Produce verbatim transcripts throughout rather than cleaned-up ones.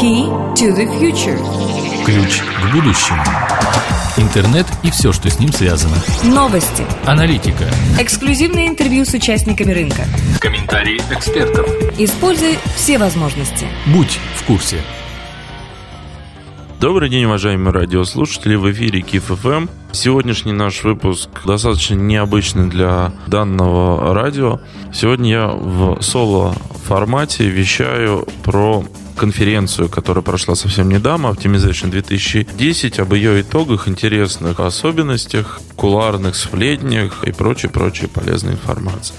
Key to the future. Ключ к будущему. Интернет и все, что с ним связано. Новости. Аналитика. Эксклюзивные интервью с участниками рынка. Комментарии экспертов. Используй все возможности. Будь в курсе. Добрый день, уважаемые радиослушатели, в эфире КИФ эф эм. Сегодняшний наш выпуск достаточно необычный для данного радио. Сегодня я в соло-формате вещаю про конференцию, которая прошла совсем недавно, Optimization две тысячи десять, об ее итогах, интересных особенностях, кулуарных сплетнях и прочей-прочей полезной информации.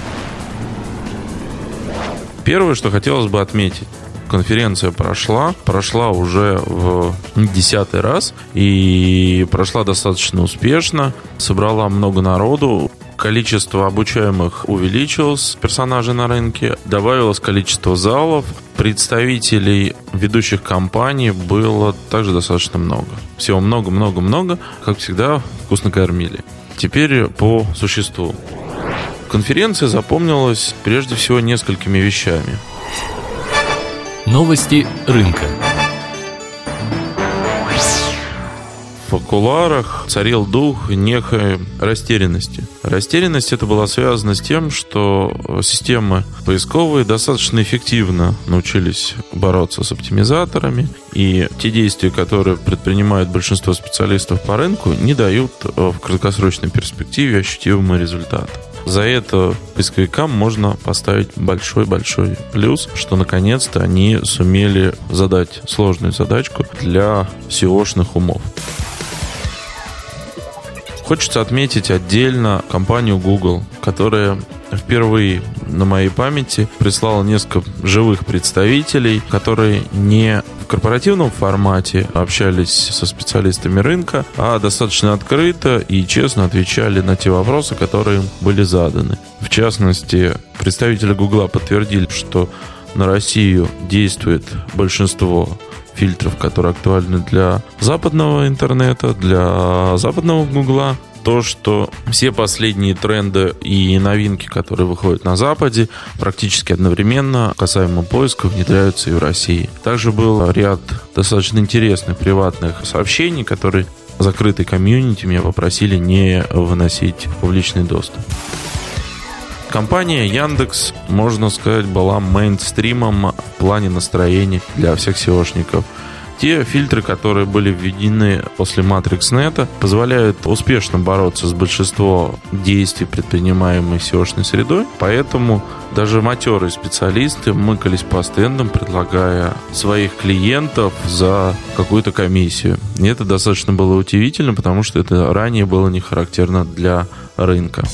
Первое, что хотелось бы отметить. Конференция прошла, прошла уже в десятый раз и прошла достаточно успешно, собрала много народу, количество обучаемых увеличилось, персонажей на рынке, добавилось количество залов, представителей ведущих компаний было также достаточно много. Всего много-много-много, как всегда, вкусно кормили. Теперь по существу. Конференция запомнилась прежде всего несколькими вещами. Новости рынка. В кулуарах царил дух некой растерянности. Растерянность эта была связана с тем, что системы поисковые достаточно эффективно научились бороться с оптимизаторами, и те действия, которые предпринимают большинство специалистов по рынку, не дают в краткосрочной перспективе ощутимого результата. За это поисковикам можно поставить большой-большой плюс, что наконец-то они сумели задать сложную задачку для сеошных умов. Хочется отметить отдельно компанию Google, которая впервые на моей памяти прислала несколько живых представителей, которые не в корпоративном формате общались со специалистами рынка, а достаточно открыто и честно отвечали на те вопросы, которые им были заданы. В частности, представители Google подтвердили, что на Россию действует большинство фильтров, которые актуальны для западного интернета, для западного Гугла. То, что все последние тренды и новинки, которые выходят на Западе, практически одновременно касаемо поиска внедряются и в России. Также был ряд достаточно интересных приватных сообщений, которые закрытой комьюнити меня попросили не выносить в публичный доступ. Компания Яндекс, можно сказать, была мейнстримом в плане настроений для всех сеошников. Те фильтры, которые были введены после MatrixNet, позволяют успешно бороться с большинством действий, предпринимаемой сеошной средой. Поэтому даже матерые специалисты мыкались по стендам, предлагая своих клиентов за какую-то комиссию. И это достаточно было удивительно, потому что это ранее было не характерно для рынка.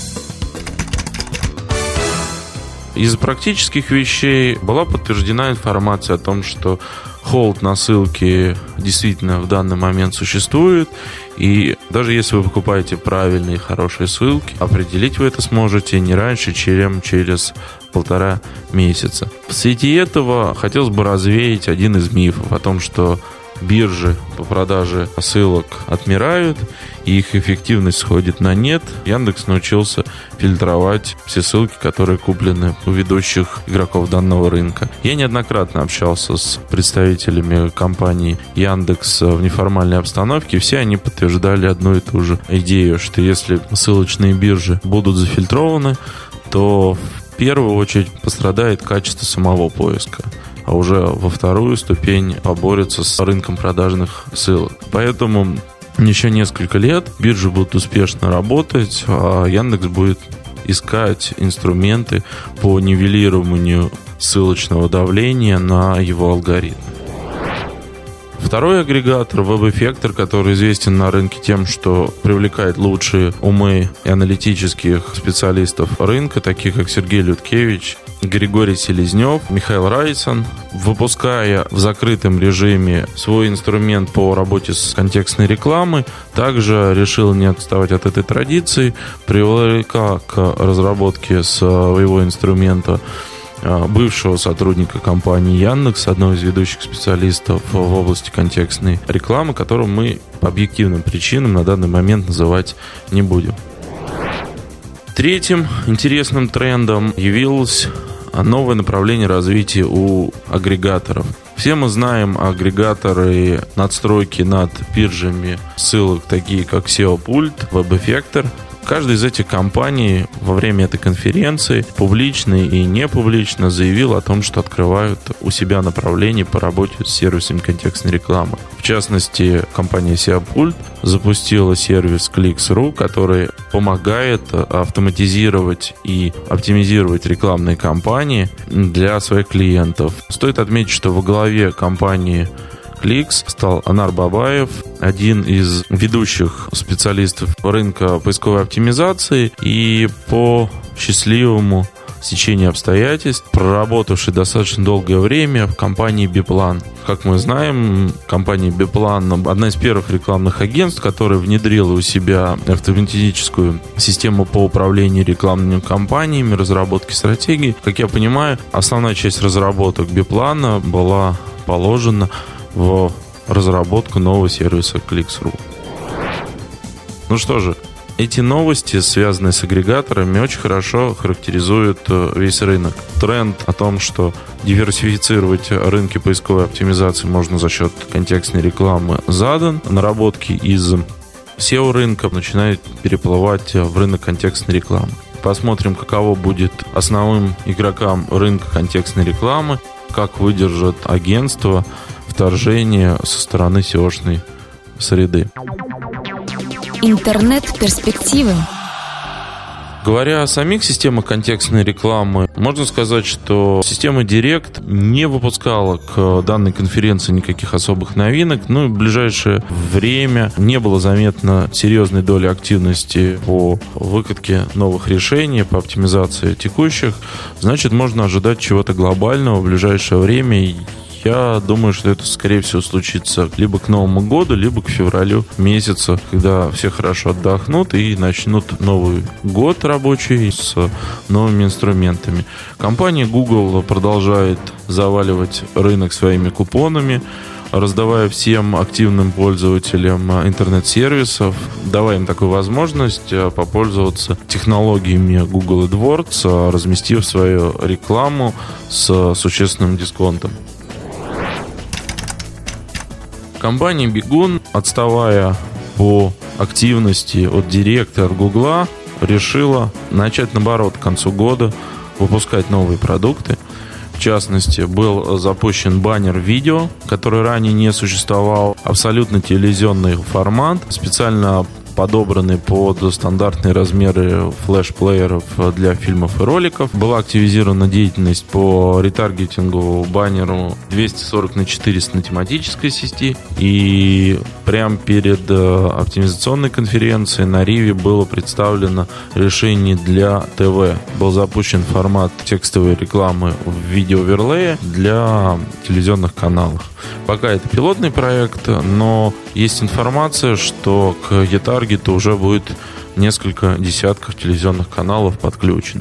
Из практических вещей была подтверждена информация о том, что холд на ссылки действительно в данный момент существует. И даже если вы покупаете правильные и хорошие ссылки, определить вы это сможете не раньше, чем через полтора месяца. В свете этого хотелось бы развеять один из мифов о том, что биржи по продаже ссылок отмирают, и их эффективность сходит на нет. Яндекс научился фильтровать все ссылки, которые куплены у ведущих игроков данного рынка. Я неоднократно общался с представителями компании Яндекс в неформальной обстановке. Все они подтверждали одну и ту же идею, что если ссылочные биржи будут зафильтрованы, то в первую очередь пострадает качество самого поиска, а уже во вторую ступень поборется с рынком продажных ссылок. Поэтому еще несколько лет биржи будут успешно работать, а Яндекс будет искать инструменты по нивелированию ссылочного давления на его алгоритм. Второй агрегатор, WebEffector, который известен на рынке тем, что привлекает лучшие умы и аналитических специалистов рынка, таких как Сергей Людкевич, Григорий Селезнев, Михаил Райсон, выпуская в закрытом режиме свой инструмент по работе с контекстной рекламой, также решил не отставать от этой традиции, привлекал к разработке своего инструмента бывшего сотрудника компании Яндекс, одного из ведущих специалистов в области контекстной рекламы, которого мы по объективным причинам на данный момент называть не будем. Третьим интересным трендом явилась новое направление развития у агрегаторов. Все мы знаем агрегаторы надстройки над биржами ссылок, такие как эс и о-пульт, WebEffector. Каждая из этих компаний во время этой конференции публично и непублично заявил о том, что открывают у себя направление по работе с сервисами контекстной рекламы. В частности, компания эс и о-пульт запустила сервис кликс точка ру, который помогает автоматизировать и оптимизировать рекламные кампании для своих клиентов. Стоит отметить, что во главе компании Кликс стал Анар Бабаев, один из ведущих специалистов рынка поисковой оптимизации и по счастливому стечению обстоятельств, проработавший достаточно долгое время в компании Биплан. Как мы знаем, компания Биплан – одна из первых рекламных агентств, которая внедрила у себя автоматическую систему по управлению рекламными кампаниями, разработке стратегий. Как я понимаю, основная часть разработок Биплана была положена в разработку нового сервиса кликс точка ру. Ну что же, эти новости, связанные с агрегаторами, очень хорошо характеризуют весь рынок. Тренд о том, что диверсифицировать рынки поисковой оптимизации можно за счет контекстной рекламы, задан. Наработки из эс и о-рынка начинают переплывать в рынок контекстной рекламы. Посмотрим, каково будет основным игрокам рынка контекстной рекламы, как выдержат агентство вторжение со стороны эс и о-шной среды. Интернет-перспективы. Говоря о самих системах контекстной рекламы, можно сказать, что система Директ не выпускала к данной конференции никаких особых новинок, но в ближайшее время не было заметно серьезной доли активности по выкатке новых решений, по оптимизации текущих. Значит, можно ожидать чего-то глобального в ближайшее время. Я думаю, что это, скорее всего, случится либо к Новому году, либо к февралю месяца, когда все хорошо отдохнут и начнут новый год рабочий с новыми инструментами. Компания Google продолжает заваливать рынок своими купонами, раздавая всем активным пользователям интернет-сервисов, давая им такую возможность попользоваться технологиями Google AdWords, разместив свою рекламу с существенным дисконтом. Компания Бигун, отставая по активности от Директа, от Гугла, решила начать, наоборот, к концу года выпускать новые продукты. В частности, был запущен баннер-видео, который ранее не существовал, абсолютно телевизионный формат, специально подобранный под стандартные размеры флеш-плееров для фильмов и роликов. Была активизирована деятельность по ретаргетингу баннеру двести сорок на четыреста на тематической сети. И прямо перед оптимизационной конференцией на Риве было представлено решение для ТВ. Был запущен формат текстовой рекламы в видео-оверлее для телевизионных каналов. Пока это пилотный проект, но есть информация, что к eTarget уже будет несколько десятков телевизионных каналов подключено.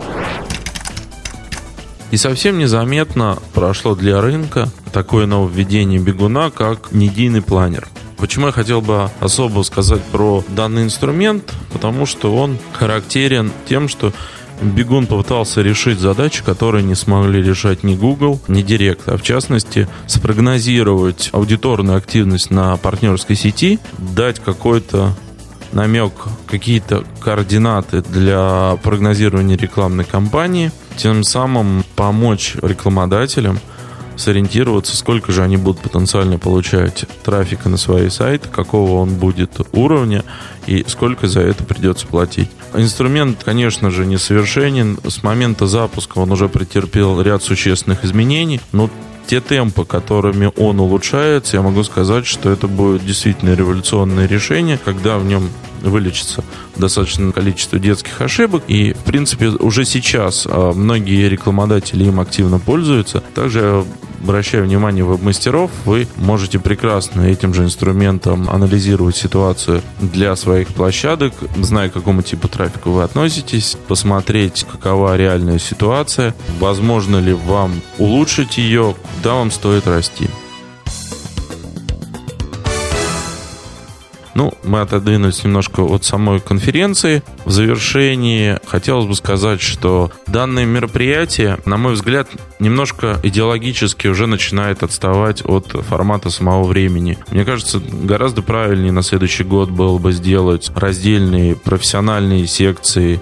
И совсем незаметно прошло для рынка такое нововведение Бигуна, как медийный планер. Почему я хотел бы особо сказать про данный инструмент? Потому что он характерен тем, что Бигун попытался решить задачи, которые не смогли решать ни Google, ни Директ, а в частности спрогнозировать аудиторную активность на партнерской сети, дать какой-то намек, какие-то координаты для прогнозирования рекламной кампании, тем самым помочь рекламодателям сориентироваться, сколько же они будут потенциально получать трафика на свои сайты, какого он будет уровня и сколько за это придется платить. Инструмент, конечно же, несовершенен. С момента запуска он уже претерпел ряд существенных изменений, но те темпы, которыми он улучшается, я могу сказать, что это будет действительно революционное решение, когда в нем вылечится достаточное количество детских ошибок. И, в принципе, уже сейчас многие рекламодатели им активно пользуются. Также, обращая внимание веб-мастеров, вы можете прекрасно этим же инструментом анализировать ситуацию для своих площадок, зная, к какому типу трафика вы относитесь, посмотреть, какова реальная ситуация, возможно ли вам улучшить ее, куда вам стоит расти. Ну, мы отодвинулись немножко от самой конференции. В завершении хотелось бы сказать, что данное мероприятие, на мой взгляд, немножко идеологически уже начинает отставать от формата самого времени. Мне кажется, гораздо правильнее на следующий год было бы сделать раздельные профессиональные секции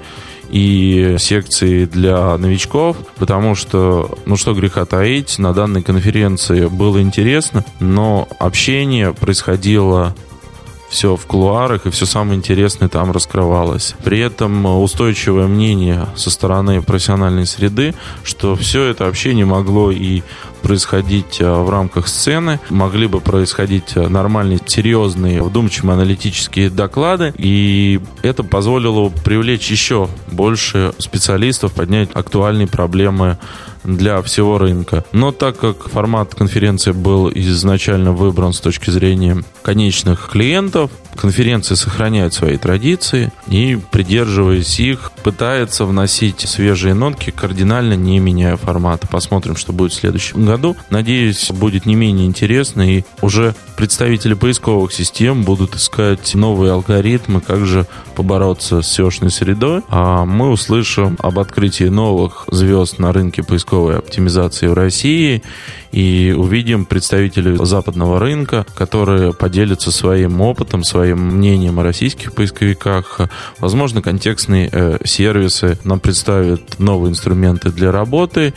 и секции для новичков, потому что, ну что греха таить, на данной конференции было интересно, но общение происходило все в кулуарах, и все самое интересное там раскрывалось. При этом устойчивое мнение со стороны профессиональной среды, что все это общение могло и происходить в рамках сцены, могли бы происходить нормальные, серьезные, вдумчивые аналитические доклады, и это позволило привлечь еще больше специалистов, поднять актуальные проблемы для всего рынка. Но так как формат конференции был изначально выбран с точки зрения конечных клиентов, конференция сохраняет свои традиции и, придерживаясь их, пытается вносить свежие нотки, кардинально не меняя формата. Посмотрим, что будет в следующем году. Надеюсь, будет не менее интересно, и уже представители поисковых систем будут искать новые алгоритмы, как же побороться с сеошной средой. А мы услышим об открытии новых звезд на рынке поисковой оптимизации в России и увидим представителей западного рынка, которые поделятся своим опытом, своим мнением о российских поисковиках. Возможно, контекстные э, сервисы нам представят новые инструменты для работы.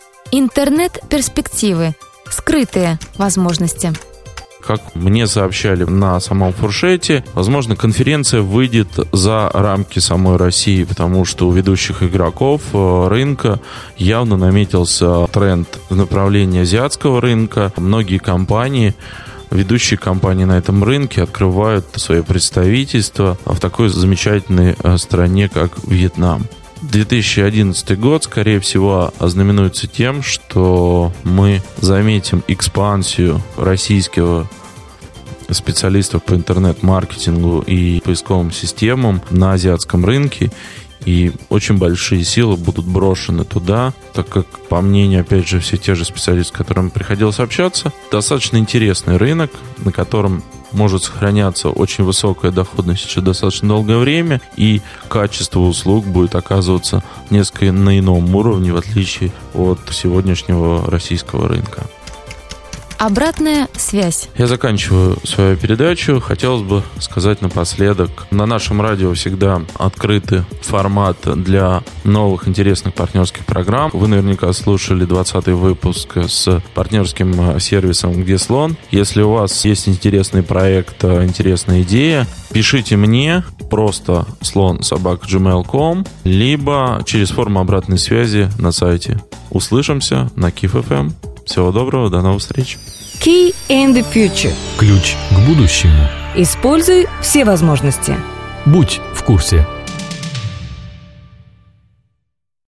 Интернет-перспективы. Скрытые возможности. Как мне сообщали на самом фуршете, возможно, конференция выйдет за рамки самой России, потому что у ведущих игроков рынка явно наметился тренд в направлении азиатского рынка. Многие компании, ведущие компании на этом рынке открывают свои представительства в такой замечательной стране, как Вьетнам. две тысячи одиннадцатый год, скорее всего, ознаменуется тем, что мы заметим экспансию российского специалистов по интернет-маркетингу и поисковым системам на азиатском рынке, и очень большие силы будут брошены туда, так как, по мнению, опять же, всех тех же специалистов, с которыми приходилось общаться, достаточно интересный рынок, на котором может сохраняться очень высокая доходность еще достаточно долгое время, и качество услуг будет оказываться несколько на ином уровне, в отличие от сегодняшнего российского рынка. Обратная связь. Я заканчиваю свою передачу. Хотелось бы сказать напоследок, на нашем радио всегда открытый формат для новых интересных партнерских программ. Вы наверняка слушали двадцатый выпуск с партнерским сервисом «Где слон?». Если у вас есть интересный проект, интересная идея, пишите мне просто слон собака джи мейл точка ком, либо через форму обратной связи на сайте. Услышимся на Киф эф эм. Всего доброго, до новых встреч. Key in the future. Ключ к будущему. Используй все возможности. Будь в курсе.